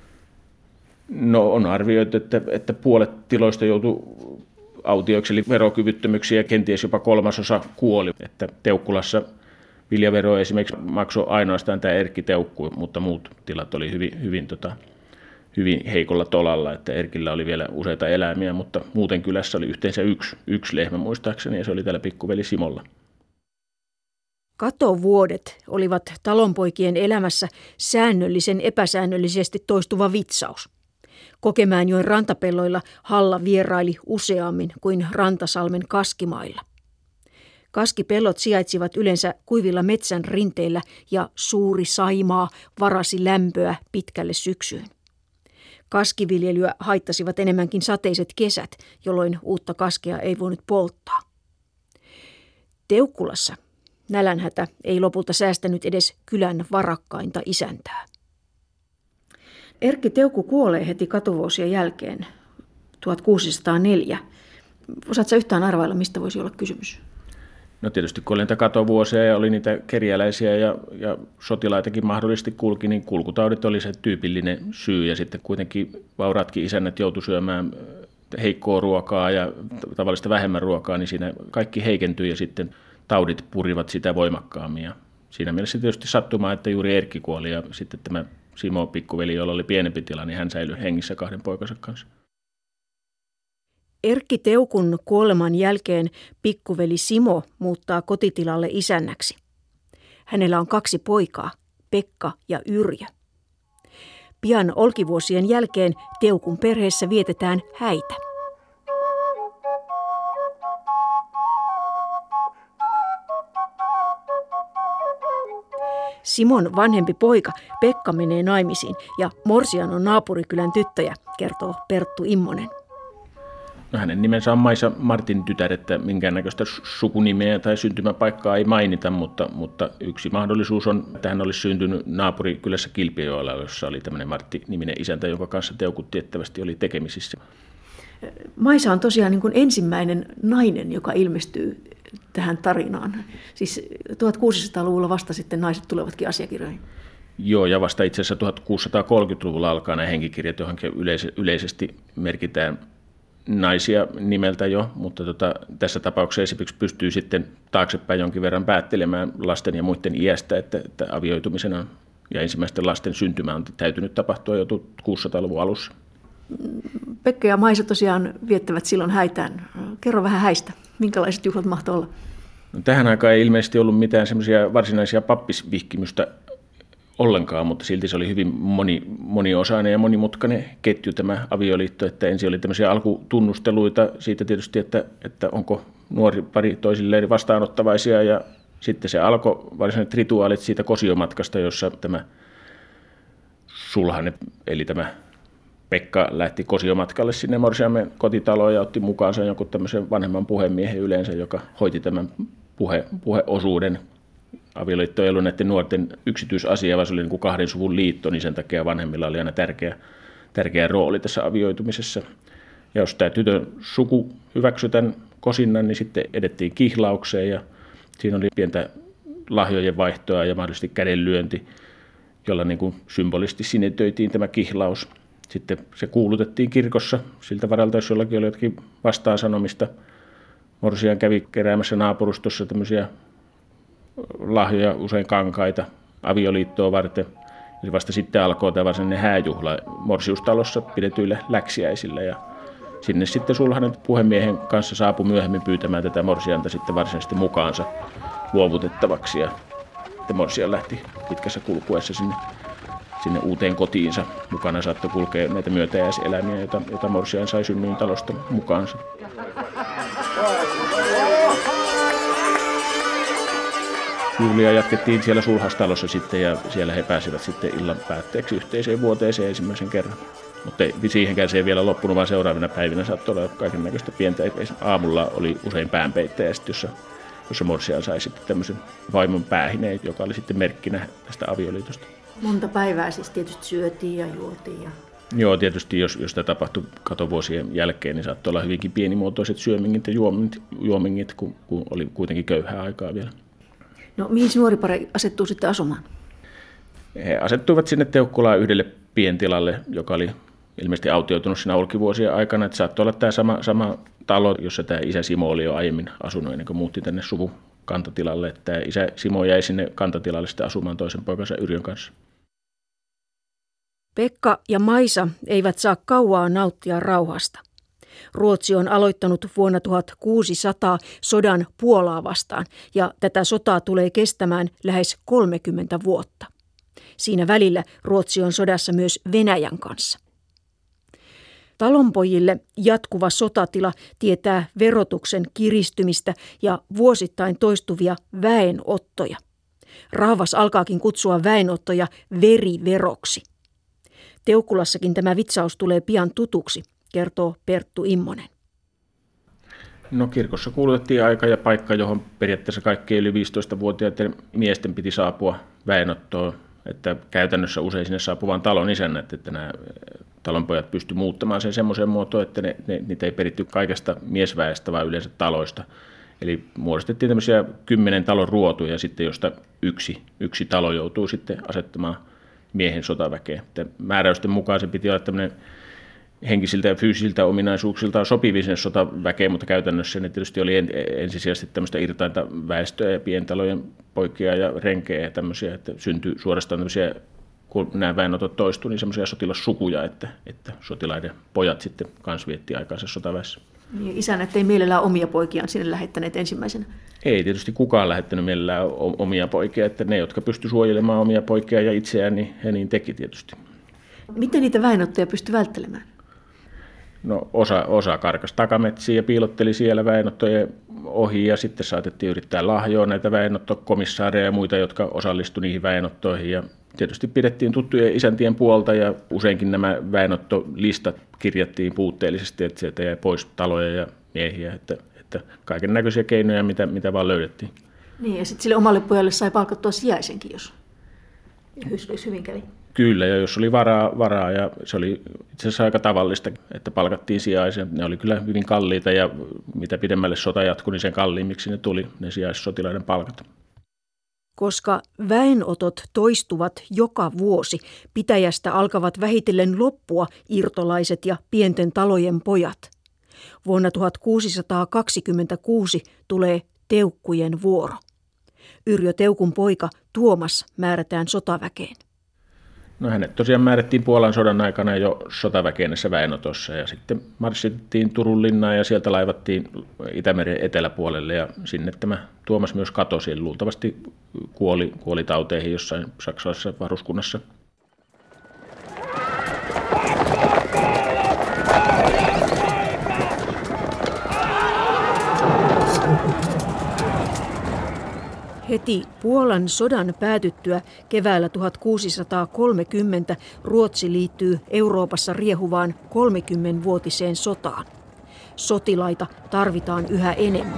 S3: No, on arvioitu, että puolet tiloista joutui autioiksi eli verokyvyttömyksiä ja kenties jopa 1/3 kuoli. Että Teukkulassa viljavero esimerkiksi maksoi ainoastaan tämä Erkki Teukku, mutta muut tilat oli hyvin heikolla tolalla, että Erkillä oli vielä useita eläimiä, mutta muuten kylässä oli yhteensä yksi lehmä muistaakseni ja se oli täällä pikkuveli Simolla.
S2: Katovuodet olivat talonpoikien elämässä säännöllisen epäsäännöllisesti toistuva vitsaus. Kokemäenjoen rantapelloilla halla vieraili useammin kuin Rantasalmen kaskimailla. Kaskipellot sijaitsivat yleensä kuivilla metsän rinteillä ja suuri saimaa varasi lämpöä pitkälle syksyyn. Kaskiviljelyä haittasivat enemmänkin sateiset kesät, jolloin uutta kaskea ei voinut polttaa. Teukkulassa nälänhätä ei lopulta säästänyt edes kylän varakkainta isäntää. Erkki Teukku kuolee heti katovuosien jälkeen 1604. Osaatko yhtään arvailla, mistä voisi olla kysymys?
S3: No, tietysti kun oli niitä katovuosia ja oli niitä kerjäläisiä ja sotilaitakin mahdollisesti kulki, niin kulkutaudit oli se tyypillinen syy. Ja sitten kuitenkin vauraatkin isännät joutui syömään heikkoa ruokaa ja tavallista vähemmän ruokaa, niin siinä kaikki heikentyi ja sitten taudit purivat sitä voimakkaammin. Ja siinä mielessä tietysti sattumaa, että juuri Erkki kuoli ja sitten tämä Simo pikkuveli, jolla oli pienempi tila, niin hän säilyi hengissä 2 poikansa kanssa.
S2: Erkki Teukun kuoleman jälkeen pikkuveli Simo muuttaa kotitilalle isännäksi. Hänellä on 2 poikaa, Pekka ja Yrjö. Pian olkivuosien jälkeen Teukun perheessä vietetään häitä. Simon vanhempi poika Pekka menee naimisiin ja morsian on naapurikylän tyttöjä, kertoo Perttu Immonen.
S3: No, hänen nimensä on Maisa Martin tytär, että minkäännäköistä sukunimeä tai syntymäpaikkaa ei mainita, mutta yksi mahdollisuus on, että hän olisi syntynyt naapurikylässä Kilpiöjoella, jossa oli tämmöinen Martti-niminen isäntä, jonka kanssa Teukut tiettävästi oli tekemisissä.
S2: Maisa on tosiaan niin kuin ensimmäinen nainen, joka ilmestyy tähän tarinaan. Siis 1600-luvulla vasta sitten naiset tulevatkin asiakirjoihin.
S3: Joo, ja vasta itse asiassa 1630-luvulla alkaa nämä henkikirjat, johon yleisesti merkitään naisia nimeltä jo, mutta tässä tapauksessa esimerkiksi pystyy sitten taaksepäin jonkin verran päättelemään lasten ja muiden iästä, että avioitumisen ja ensimmäisten lasten syntymä on täytynyt tapahtua jo 1600-luvun alussa.
S2: Pekka ja Maisa tosiaan viettävät silloin häitään. Kerro vähän häistä. Minkälaiset juhlat mahtoi olla?
S3: No, tähän aikaan ei ilmeisesti ollut mitään semmoisia varsinaisia pappisvihkimystä ollenkaan, mutta silti se oli hyvin moniosainen ja monimutkainen ketju tämä avioliitto, että ensin oli tämmöisiä alkutunnusteluita siitä tietysti, että onko nuori pari toisilleen vastaanottavaisia, ja sitten se alkoi varsinaiset rituaalit siitä kosiomatkasta, jossa tämä sulhanen, eli tämä Pekka lähti kosiomatkalle sinne morsiamen kotitaloon ja otti mukaansa jonkun tämmöisen vanhemman puhemiehen yleensä, joka hoiti tämän puheosuuden. Avioliitto ei ollut näiden nuorten yksityisasia, vaan se oli niin kuin kahden suvun liitto, niin sen takia vanhemmilla oli aina tärkeä rooli tässä avioitumisessa. Ja jos tämä tytön suku hyväksyi tämän kosinnan, niin sitten edettiin kihlaukseen, ja siinä oli pientä lahjojen vaihtoa ja mahdollisesti kädenlyönti, jolla niin kuin symbolisesti sinetöitiin tämä kihlaus. Sitten se kuulutettiin kirkossa siltä varalta, jos jollakin oli jotakin vastaansanomista. Morsian kävi keräämässä naapurustossa tämmöisiä lahjoja, usein kankaita, avioliittoa varten. Eli vasta sitten alkoi tämä varsinainen hääjuhla morsiustalossa pidetyillä läksiäisillä. Ja sinne sitten sulhanen puhemiehen kanssa saapui myöhemmin pyytämään tätä morsianta sitten varsinaisesti mukaansa luovutettavaksi. Ja morsian lähti pitkässä kulkuessa sinne uuteen kotiinsa. Mukana saattoi kulkea näitä myötäjäiseläimiä, joita morsian sai synnyintalosta mukaansa. Juhlia jatkettiin siellä sulhastalossa sitten, ja siellä he pääsivät sitten illan päätteeksi yhteiseen vuoteeseen ensimmäisen kerran. Mutta siihenkään se ei vielä loppunut, vaan seuraavina päivinä saattoi olla kaikennäköistä pientä. Aamulla oli usein päänpeittäjä, jossa morsian sai sitten tämmöisen vaimon päähineen, joka oli sitten merkkinä tästä avioliitosta.
S2: Monta päivää siis tietysti syötiin ja juotiin.
S3: Joo, tietysti jos tämä tapahtui katovuosien jälkeen, niin saattoi olla hyvinkin pienimuotoiset syömingit ja juomingit, kun oli kuitenkin köyhää aikaa vielä.
S2: No mihin nuori pari asettuu sitten asumaan?
S3: He asettuivat sinne Teukkulaan yhdelle pientilalle, joka oli ilmeisesti autioitunut siinä olkivuosien aikana. Että saattoi olla tämä sama talo, jossa tämä isä Simo oli jo aiemmin asunut ennen kuin muutti tänne suvun kantatilalle. Että tämä isä Simo jäi sinne kantatilalle sitten asumaan toisen poikansa Yrjön kanssa.
S2: Pekka ja Maisa eivät saa kauaa nauttia rauhasta. Ruotsi on aloittanut vuonna 1600 sodan Puolaa vastaan, ja tätä sotaa tulee kestämään lähes 30 vuotta. Siinä välillä Ruotsi on sodassa myös Venäjän kanssa. Talonpojille jatkuva sotatila tietää verotuksen kiristymistä ja vuosittain toistuvia väenottoja. Raavas alkaakin kutsua väenottoja veriveroksi. Teukkulassakin tämä vitsaus tulee pian tutuksi, kertoo Perttu Immonen.
S3: No, kirkossa kuulutettiin aika ja paikka, johon periaatteessa kaikki yli 15-vuotiaiden miesten piti saapua väenottoon. Että käytännössä usein sinne saapuvan talon isännät, että nämä talonpojat pystyivät muuttamaan sen semmoiseen muotoon, että niitä ei peritty kaikesta miesväestä, vaan yleensä taloista. Eli muodostettiin tämmöisiä 10 talon ruotuja, sitten josta yksi talo joutuu sitten asettamaan miehen sotaväkeen. Määräysten mukaan se piti olla tämmöinen henkisiltä ja fyysisiltä ominaisuuksiltaan sopivin sinne sotaväkeen, mutta käytännössä ne tietysti oli ensisijaisesti tämmöistä irtainta väestöä ja pientalojen poikia ja renkeä ja tämmöisiä, että syntyi suorastaan tämmöisiä, kun nämä väenotot toistuivat, niin semmoisia sotilassukuja, että sotilaiden pojat sitten kanssa vietti aikaansa sotaväessä.
S2: Niin, isännät ei mielellään omia poikiaan sinne lähettäneet ensimmäisenä.
S3: Ei tietysti kukaan lähettänyt mielellään omia poikia, että ne, jotka pysty suojelemaan omia poikia ja itseään, niin he niin teki tietysti.
S2: Miten niitä väenottoja pystyi välttelemään?
S3: No osa karkasi takametsiin ja piilotteli siellä väenottojen ohi ja sitten saatettiin yrittää lahjoa näitä väenottokomissaareja ja muita, jotka osallistuivat niihin väenottoihin. Ja tietysti pidettiin tuttujen isäntien puolta ja useinkin nämä väenottolistat kirjattiin puutteellisesti, että sieltä jäi pois taloja ja miehiä, että kaiken näköisiä keinoja, mitä vaan löydettiin.
S2: Niin, ja sitten sille omalle pojalle sai palkattua sijaisenkin, jos hyvin kävi.
S3: Kyllä, ja jos oli varaa ja se oli itse asiassa aika tavallista, että palkattiin sijaisia. Ne oli kyllä hyvin kalliita ja mitä pidemmälle sota jatkui, niin sen kalliimmiksi ne tuli, ne sijaissotilaiden palkat.
S2: Koska väenotot toistuvat joka vuosi, pitäjästä alkavat vähitellen loppua irtolaiset ja pienten talojen pojat. Vuonna 1626 tulee Teukkujen vuoro. Yrjö Teukun poika Tuomas määrätään sotaväkeen.
S3: No hänet tosiaan määrättiin Puolan sodan aikana jo sotaväkeen näissä väenotossa ja sitten marssittiin Turun linnaan ja sieltä laivattiin Itämeren eteläpuolelle ja sinne tämä Tuomas myös katosi. Luultavasti kuoli tauteihin jossain saksalaisessa varuskunnassa.
S2: Heti Puolan sodan päätyttyä keväällä 1630 Ruotsi liittyy Euroopassa riehuvaan 30-vuotiseen sotaan. Sotilaita tarvitaan yhä enemmän.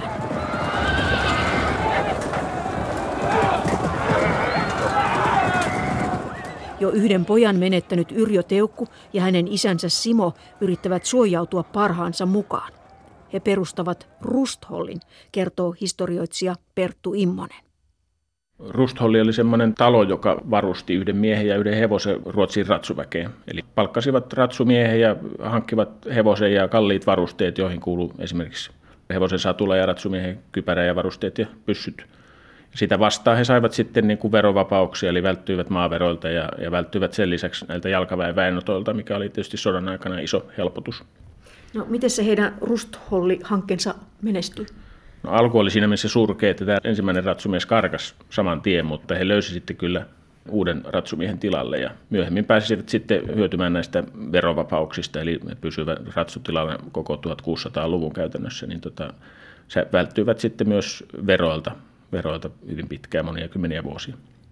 S2: Jo yhden pojan menettänyt Yrjö Teukku ja hänen isänsä Simo yrittävät suojautua parhaansa mukaan. He perustavat Rusthollin, kertoo historioitsija Perttu Immonen.
S3: Rustholli oli semmoinen talo, joka varusti yhden miehen ja yhden hevosen Ruotsin ratsuväkeen. Eli palkkasivat ratsumiehen ja hankkivat hevosen ja kalliit varusteet, joihin kuului esimerkiksi hevosen satula ja ratsumiehen kypärä ja varusteet ja pyssyt. Sitä vastaan he saivat sitten niin kuin verovapauksia, eli välttyivät maaveroilta ja välttyivät sen lisäksi näiltä jalkaväen väenotoilta, mikä oli tietysti sodan aikana iso helpotus.
S2: No, miten se heidän Rustholli-hankkeensa menestyi?
S3: No, alku oli siinä mielessä surkea, että tämä ensimmäinen ratsumies karkasi saman tien, mutta he löysivät sitten kyllä uuden ratsumiehen tilalle ja myöhemmin pääsivät sitten hyötymään näistä verovapauksista, eli pysyvät ratsutilalla koko 1600-luvun käytännössä, niin se välttyivät sitten myös veroilta hyvin pitkään, monia kymmeniä vuosia.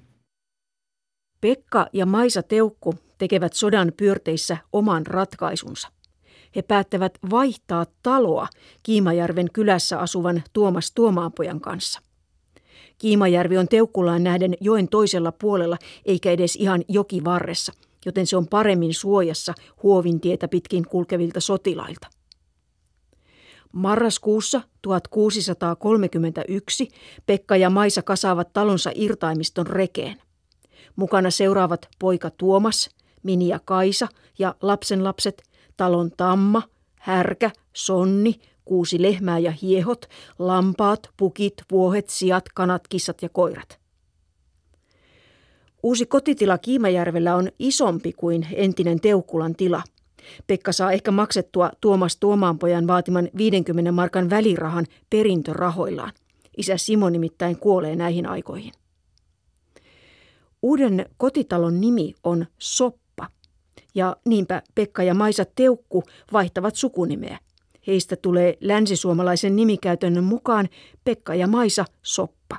S2: Pekka ja Maisa Teukku tekevät sodan pyörteissä oman ratkaisunsa. He päättävät vaihtaa taloa Kiimajärven kylässä asuvan Tuomas Tuomaanpojan kanssa. Kiimajärvi on Teukkulaan nähden joen toisella puolella eikä edes ihan jokivarressa, joten se on paremmin suojassa Huovintietä pitkin kulkevilta sotilailta. Marraskuussa 1631 Pekka ja Maisa kasaavat talonsa irtaimiston rekeen. Mukana seuraavat poika Tuomas, Mini ja Kaisa ja lapsenlapset, talon tamma, härkä, sonni, 6 lehmää ja hiehot, lampaat, pukit, vuohet, siat, kanat, kissat ja koirat. Uusi kotitila Kiimajärvellä on isompi kuin entinen Teukkulan tila. Pekka saa ehkä maksettua Tuomas Tuomaanpojan vaatiman 50 markan välirahan perintörahoillaan. Isä Simo nimittäin kuolee näihin aikoihin. Uuden kotitalon nimi on Soppa. Ja niinpä Pekka ja Maisa Teukku vaihtavat sukunimeä. Heistä tulee länsisuomalaisen nimikäytännön mukaan Pekka ja Maisa Soppa.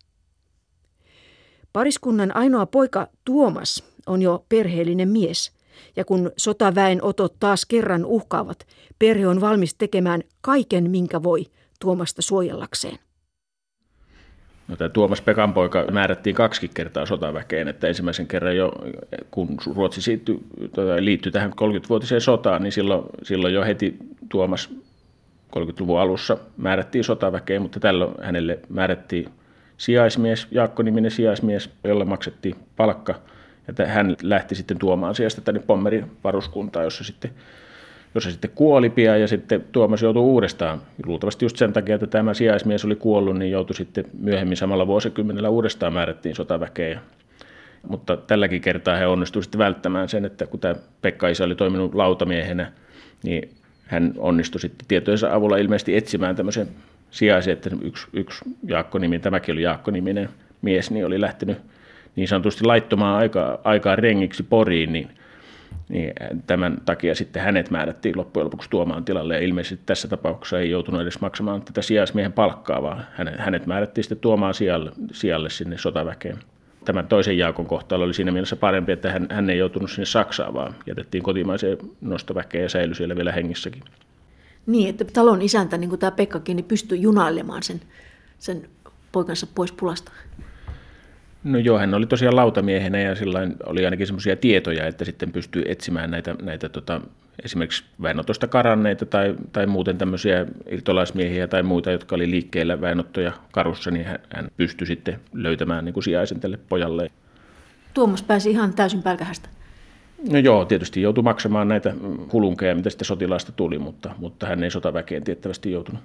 S2: Pariskunnan ainoa poika Tuomas on jo perheellinen mies. Ja kun sotaväen otot taas kerran uhkaavat, perhe on valmis tekemään kaiken, minkä voi Tuomasta suojellakseen.
S3: No, tämä Tuomas Pekan poika määrättiin 2 kertaa sotaväkeen, että ensimmäisen kerran jo, kun Ruotsi liittyi tähän 30-vuotiseen sotaan, niin silloin jo heti Tuomas 30-luvun alussa määrättiin sotaväkeen, mutta tällöin hänelle määrättiin sijaismies, Jaakko-niminen sijaismies, jolle maksettiin palkka, ja hän lähti sitten tuomaan sijasta tänne Pommerin varuskuntaan, jossa sitten kuoli pian ja sitten Tuomas joutui uudestaan. Luultavasti just sen takia, että tämä sijaismies oli kuollut, niin joutui sitten myöhemmin samalla vuosikymmenellä uudestaan määrättiin sotaväkeä. Mutta tälläkin kertaa he onnistuivat sitten välttämään sen, että kun tämä Pekka-isä oli toiminut lautamiehenä, niin hän onnistui sitten tietojensa avulla ilmeisesti etsimään tämmöisen sijaisen, että yksi Jaakko-niminen, tämäkin oli Jaakko-niminen mies, niin oli lähtenyt niin sanotusti laittomaan aikaa rengiksi Poriin, niin tämän takia sitten hänet määrättiin loppujen lopuksi tuomaan tilalle, ja ilmeisesti tässä tapauksessa ei joutunut edes maksamaan tätä sijaismiehen palkkaa, vaan hänet määrättiin sitten tuomaan sijalle sinne sotaväkeen. Tämän toisen Jaakon kohtalo oli siinä mielessä parempi, että hän ei joutunut sinne Saksaan, vaan jätettiin kotimaiseen nostoväkeen ja säilyi siellä vielä hengissäkin.
S2: Niin, että talon isäntä, niin kuin tämä Pekkakin, niin pystyi junailemaan sen poikansa pois pulasta.
S3: No joo, hän oli tosiaan lautamiehenä ja sillain oli ainakin semmoisia tietoja, että sitten pystyy etsimään näitä esimerkiksi väenotosta karanneita tai muuten tämmöisiä irtolaismiehiä tai muita, jotka oli liikkeellä väenottoja karussa, niin hän pystyi sitten löytämään niin kuin sijaisen tälle pojalle.
S2: Tuomas pääsi ihan täysin pälkähästä.
S3: No joo, tietysti joutui maksamaan näitä hulunkeja, mitä sitten sotilaasta tuli, mutta hän ei sotaväkeen tiettävästi joutunut.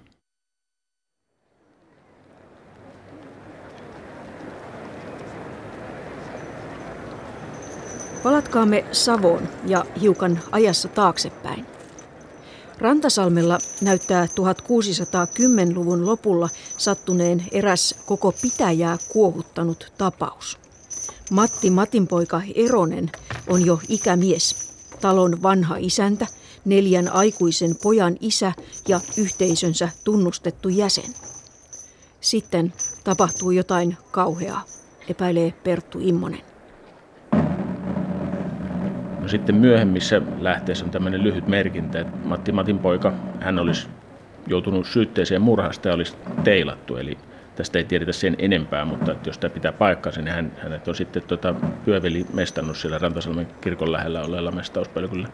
S2: Palatkaamme Savoon ja hiukan ajassa taaksepäin. Rantasalmella näyttää 1610-luvun lopulla sattuneen eräs koko pitäjää kuohuttanut tapaus. Matti Matinpoika Eronen on jo ikämies, talon vanha isäntä, 4 aikuisen pojan isä ja yhteisönsä tunnustettu jäsen. Sitten tapahtuu jotain kauheaa, epäilee Perttu Immonen.
S3: No sitten myöhemmissä lähteissä on tämmöinen lyhyt merkintä, että Matti Matinpoika, hän olisi joutunut syytteeseen murhasta ja olisi teilattu, eli tästä ei tiedetä sen enempää, mutta että jos tämä pitää paikkansa, niin hänet on sitten pyöveli mestannut siellä Rantasalmen kirkon lähellä olleella mestauspölkyllä.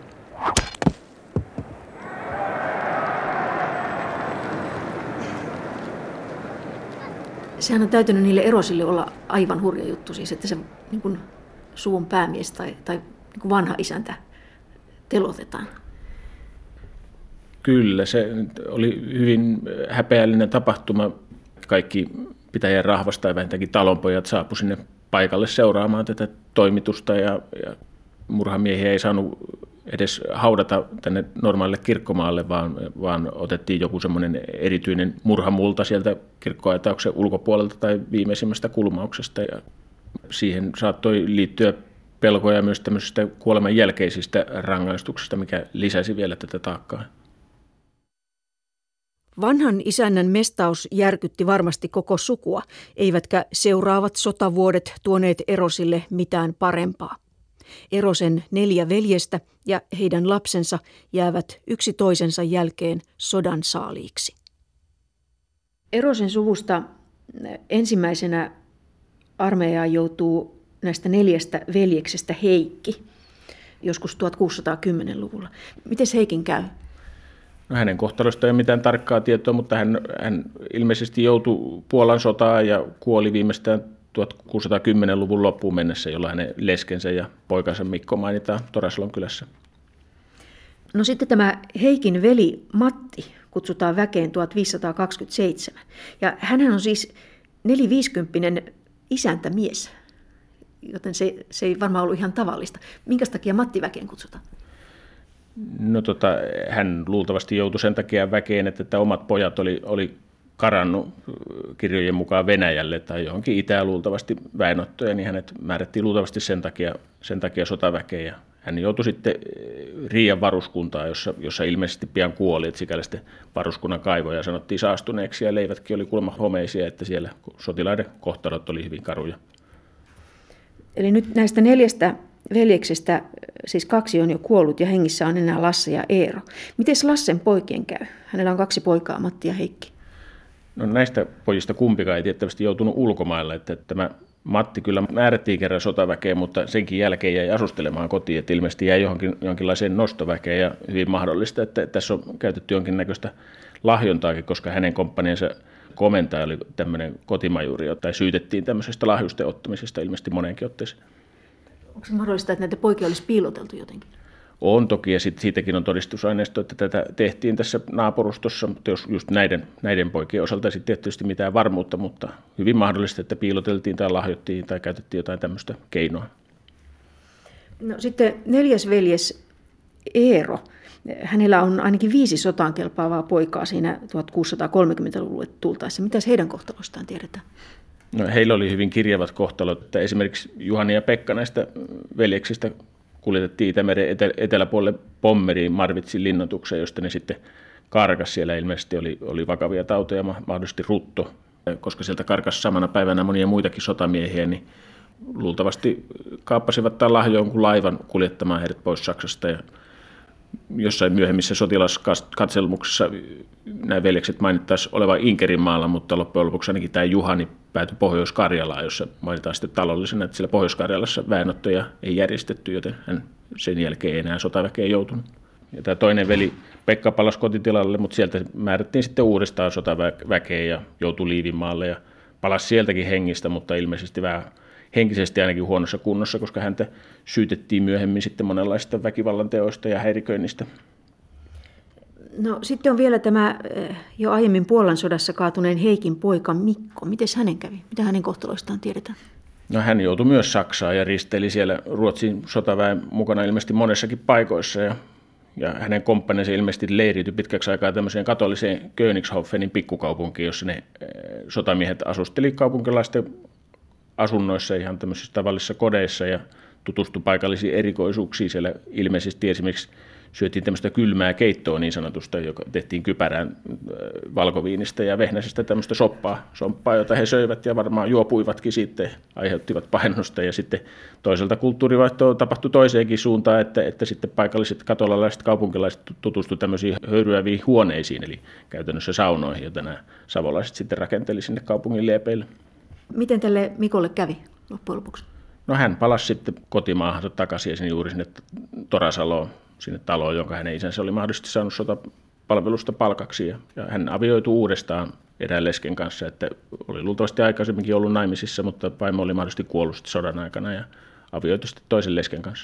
S2: Sehän on täytynyt niille Erosille olla aivan hurja juttu, siis että se niin kuin suvun päämies tai niin kuin vanha isäntä telotetaan.
S3: Kyllä, se oli hyvin häpeällinen tapahtuma. Kaikki pitäjän rahvasta ja vähintäänkin talonpojat saapu sinne paikalle seuraamaan tätä toimitusta ja murhamiehiä ei saanut edes haudata tänne normaalille kirkkomaalle, vaan otettiin joku semmoinen erityinen murhamulta sieltä kirkkoaitauksen ulkopuolelta tai viimeisimmästä kulmauksesta. Ja siihen saattoi liittyä pelkoja myös tämmöisistä kuoleman jälkeisistä rangaistuksista, mikä lisäsi vielä tätä taakkaa.
S2: Vanhan isännän mestaus järkytti varmasti koko sukua, eivätkä seuraavat sotavuodet tuoneet Erosille mitään parempaa. Erosen 4 veljestä ja heidän lapsensa jäävät yksi toisensa jälkeen sodan saaliiksi. Erosen suvusta ensimmäisenä armeijaan joutuu näistä 4 veljeksestä Heikki, joskus 1610-luvulla. Miten Heikin käy?
S3: No hänen kohtalosta ei ole mitään tarkkaa tietoa, mutta hän ilmeisesti joutui Puolan sotaan ja kuoli viimeistään 1610-luvun loppuun mennessä, jolloin hänen leskensä ja poikansa Mikko mainitaan Torasalon kylässä.
S2: No sitten tämä Heikin veli Matti kutsutaan väkeen 1527. Ja hänhän on siis 450 isäntämies, joten se ei varmaan ollut ihan tavallista. Minkä takia Matti väkeen kutsutaan?
S3: No hän luultavasti joutui sen takia väkeen, että omat pojat oli karannut kirjojen mukaan Venäjälle tai johonkin itään luultavasti väenottoja, niin hänet määrättiin luultavasti sen takia sotaväkeen. Ja hän joutui sitten Riian varuskuntaan, jossa ilmeisesti pian kuoli, että sikäli sitten varuskunnan kaivoja sanottiin saastuneeksi ja leivätkin oli kuulemma homeisia, että siellä sotilaiden kohtalot oli hyvin karuja.
S2: Eli nyt näistä 4 veljeksestä siis 2 on jo kuollut ja hengissä on enää Lasse ja Eero. Miten Lassen poikien käy? Hänellä on 2 poikaa, Matti ja Heikki.
S3: No näistä pojista kumpikaan ei tiettävästi joutunut ulkomailla, että tämä Matti kyllä määrättiin kerran sotaväkeen, mutta senkin jälkeen jäi asustelemaan kotiin, että ilmeisesti jäi jonkinlaiseen nostoväkeen ja hyvin mahdollista, että tässä on käytetty jonkinnäköistä lahjontaakin, koska hänen komppaniansa komentaja oli tämmöinen kotimajuri, jota syytettiin tämmöisestä lahjusten ottamisesta ilmeisesti moneenkin otteeseen.
S2: Onko se mahdollista, että näitä poikia olisi piiloteltu jotenkin?
S3: On toki, ja siitäkin on todistusaineisto, että tätä tehtiin tässä naapurustossa, mutta jos just näiden poikien osalta ei tietysti mitään varmuutta, mutta hyvin mahdollista, että piiloteltiin tai lahjottiin tai käytettiin jotain tämmöistä keinoa.
S2: No sitten 4. veljes Eero. Hänellä on ainakin 5 sotaan kelpaavaa poikaa siinä 1630-luvulle tultaessa. Mitäs heidän kohtalostaan tiedetään?
S3: No, heillä oli hyvin kirjavat kohtalot. Että esimerkiksi Juhani ja Pekka näistä veljeksistä kuljetettiin Itämeren eteläpuolelle Pommeriin Marvitsin linnoitukseen, josta ne sitten karkas. Siellä ilmeisesti oli vakavia tauteja, mahdollisesti rutto. Koska sieltä karkas samana päivänä monia muitakin sotamiehiä, niin luultavasti kaappasivat tai lahjoivat jonkun laivan kuljettamaan heidät pois Saksasta. Ja jossain myöhemmissä sotilaskatselmuksissa nämä veljekset mainittaisiin olevan Inkerinmaalla, mutta loppujen lopuksi ainakin tämä Juhani päätyi Pohjois-Karjalaan, jossa mainitaan sitten talollisena, että siellä Pohjois-Karjalassa väenottoja ei järjestetty, joten hän sen jälkeen ei enää sotaväkeen joutunut. Ja tämä toinen veli Pekka palasi kotitilalle, mutta sieltä määrättiin sitten uudestaan sotaväkeen ja joutui Liivinmaalle ja palasi sieltäkin hengistä, mutta ilmeisesti vähän henkisesti ainakin huonossa kunnossa, koska häntä syytettiin myöhemmin sitten monenlaista väkivallan teoista ja häiriköinnistä.
S2: No sitten on vielä tämä jo aiemmin Puolan sodassa kaatuneen Heikin poika Mikko. Miten hänen kävi? Mitä hänen kohtaloistaan tiedetään?
S3: No, hän joutui myös Saksaan ja risteili siellä Ruotsin sotaväen mukana ilmeisesti monessakin paikoissa ja hänen komppanensa ilmeisesti leiriytyi pitkäksi aikaa tämmöiseen katoliseen Königshofenin pikkukaupunkiin, jossa ne sotamiehet asusteli kaupunkilaisten asunnoissa ihan tämmöisissä tavallisissa kodeissa ja tutustui paikallisiin erikoisuuksiin. Siellä ilmeisesti esimerkiksi syötiin tämmöistä kylmää keittoa niin sanotusta, joka tehtiin kypärään valkoviinistä ja vehnäisestä tämmöistä soppaa, jota he söivät ja varmaan juopuivatkin sitten, aiheuttivat painosta. Ja sitten toiselta kulttuurivaihtoa tapahtui toiseenkin suuntaan, että sitten paikalliset katolalaiset kaupunkilaiset tutustuivat tämmöisiin höyryäviin huoneisiin, eli käytännössä saunoihin, joita nämä savolaiset sitten rakenteli sinne kaupungin liepeille.
S2: Miten tälle Mikolle kävi loppujen lopuksi?
S3: No, hän palasi sitten kotimaahansa takaisin ja juuri sinne Torasaloon, sinne taloon, jonka hänen isänsä oli mahdollisesti saanut sotapalvelusta palkaksi. Ja hän avioitui uudestaan erään lesken kanssa, että oli luultavasti aikaisemminkin ollut naimisissa, mutta vaimo oli mahdollisesti kuollut sodan aikana ja avioitui sitten toisen lesken kanssa.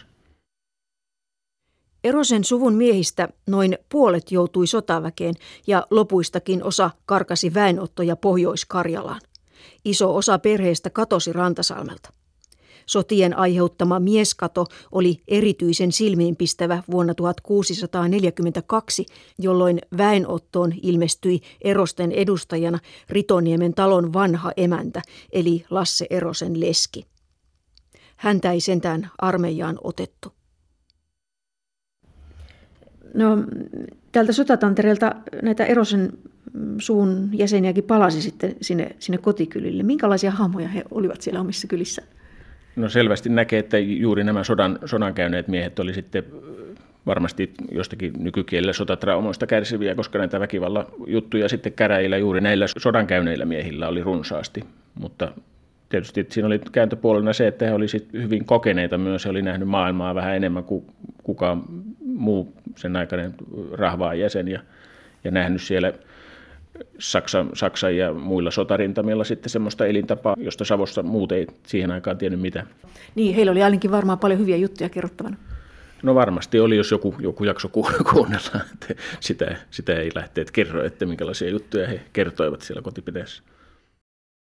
S2: Erosen suvun miehistä noin puolet joutui sotaväkeen ja lopuistakin osa karkasi väenottoja Pohjois-Karjalaan. Iso osa perheestä katosi Rantasalmelta. Sotien aiheuttama mieskato oli erityisen silmiinpistävä vuonna 1642, jolloin väenottoon ilmestyi Erosten edustajana Ritoniemen talon vanha emäntä, eli Lasse Erosen leski. Häntä ei sentään armeijaan otettu. No, tältä sotatantereelta näitä Erosen suvun jäseniäkin palasi sitten sinne kotikylille. Minkälaisia hahmoja he olivat siellä omissa kylissä?
S3: No, selvästi näkee, että juuri nämä sodan käyneet miehet oli sitten varmasti jostakin nykykielellä sotatraumoista kärsiviä, koska näitä väkivallan juttuja sitten käräjillä juuri näillä sodan käyneillä miehillä oli runsaasti. Mutta tietysti siinä oli kääntöpuolena se, että he olivat hyvin kokeneita myös. He oli nähnyt maailmaa vähän enemmän kuin kukaan muu sen aikainen rahvaan jäsen ja nähnyt siellä Saksan ja muilla sotarintamilla sitten semmoista elintapaa, josta Savossa muut ei siihen aikaan tiennyt mitään.
S2: Niin, heillä oli ainakin varmaan paljon hyviä juttuja kerrottavana.
S3: No, varmasti oli, jos joku jakso kuunnella, että sitä ei lähteet kerro, että minkälaisia juttuja he kertoivat siellä kotipitäjässä.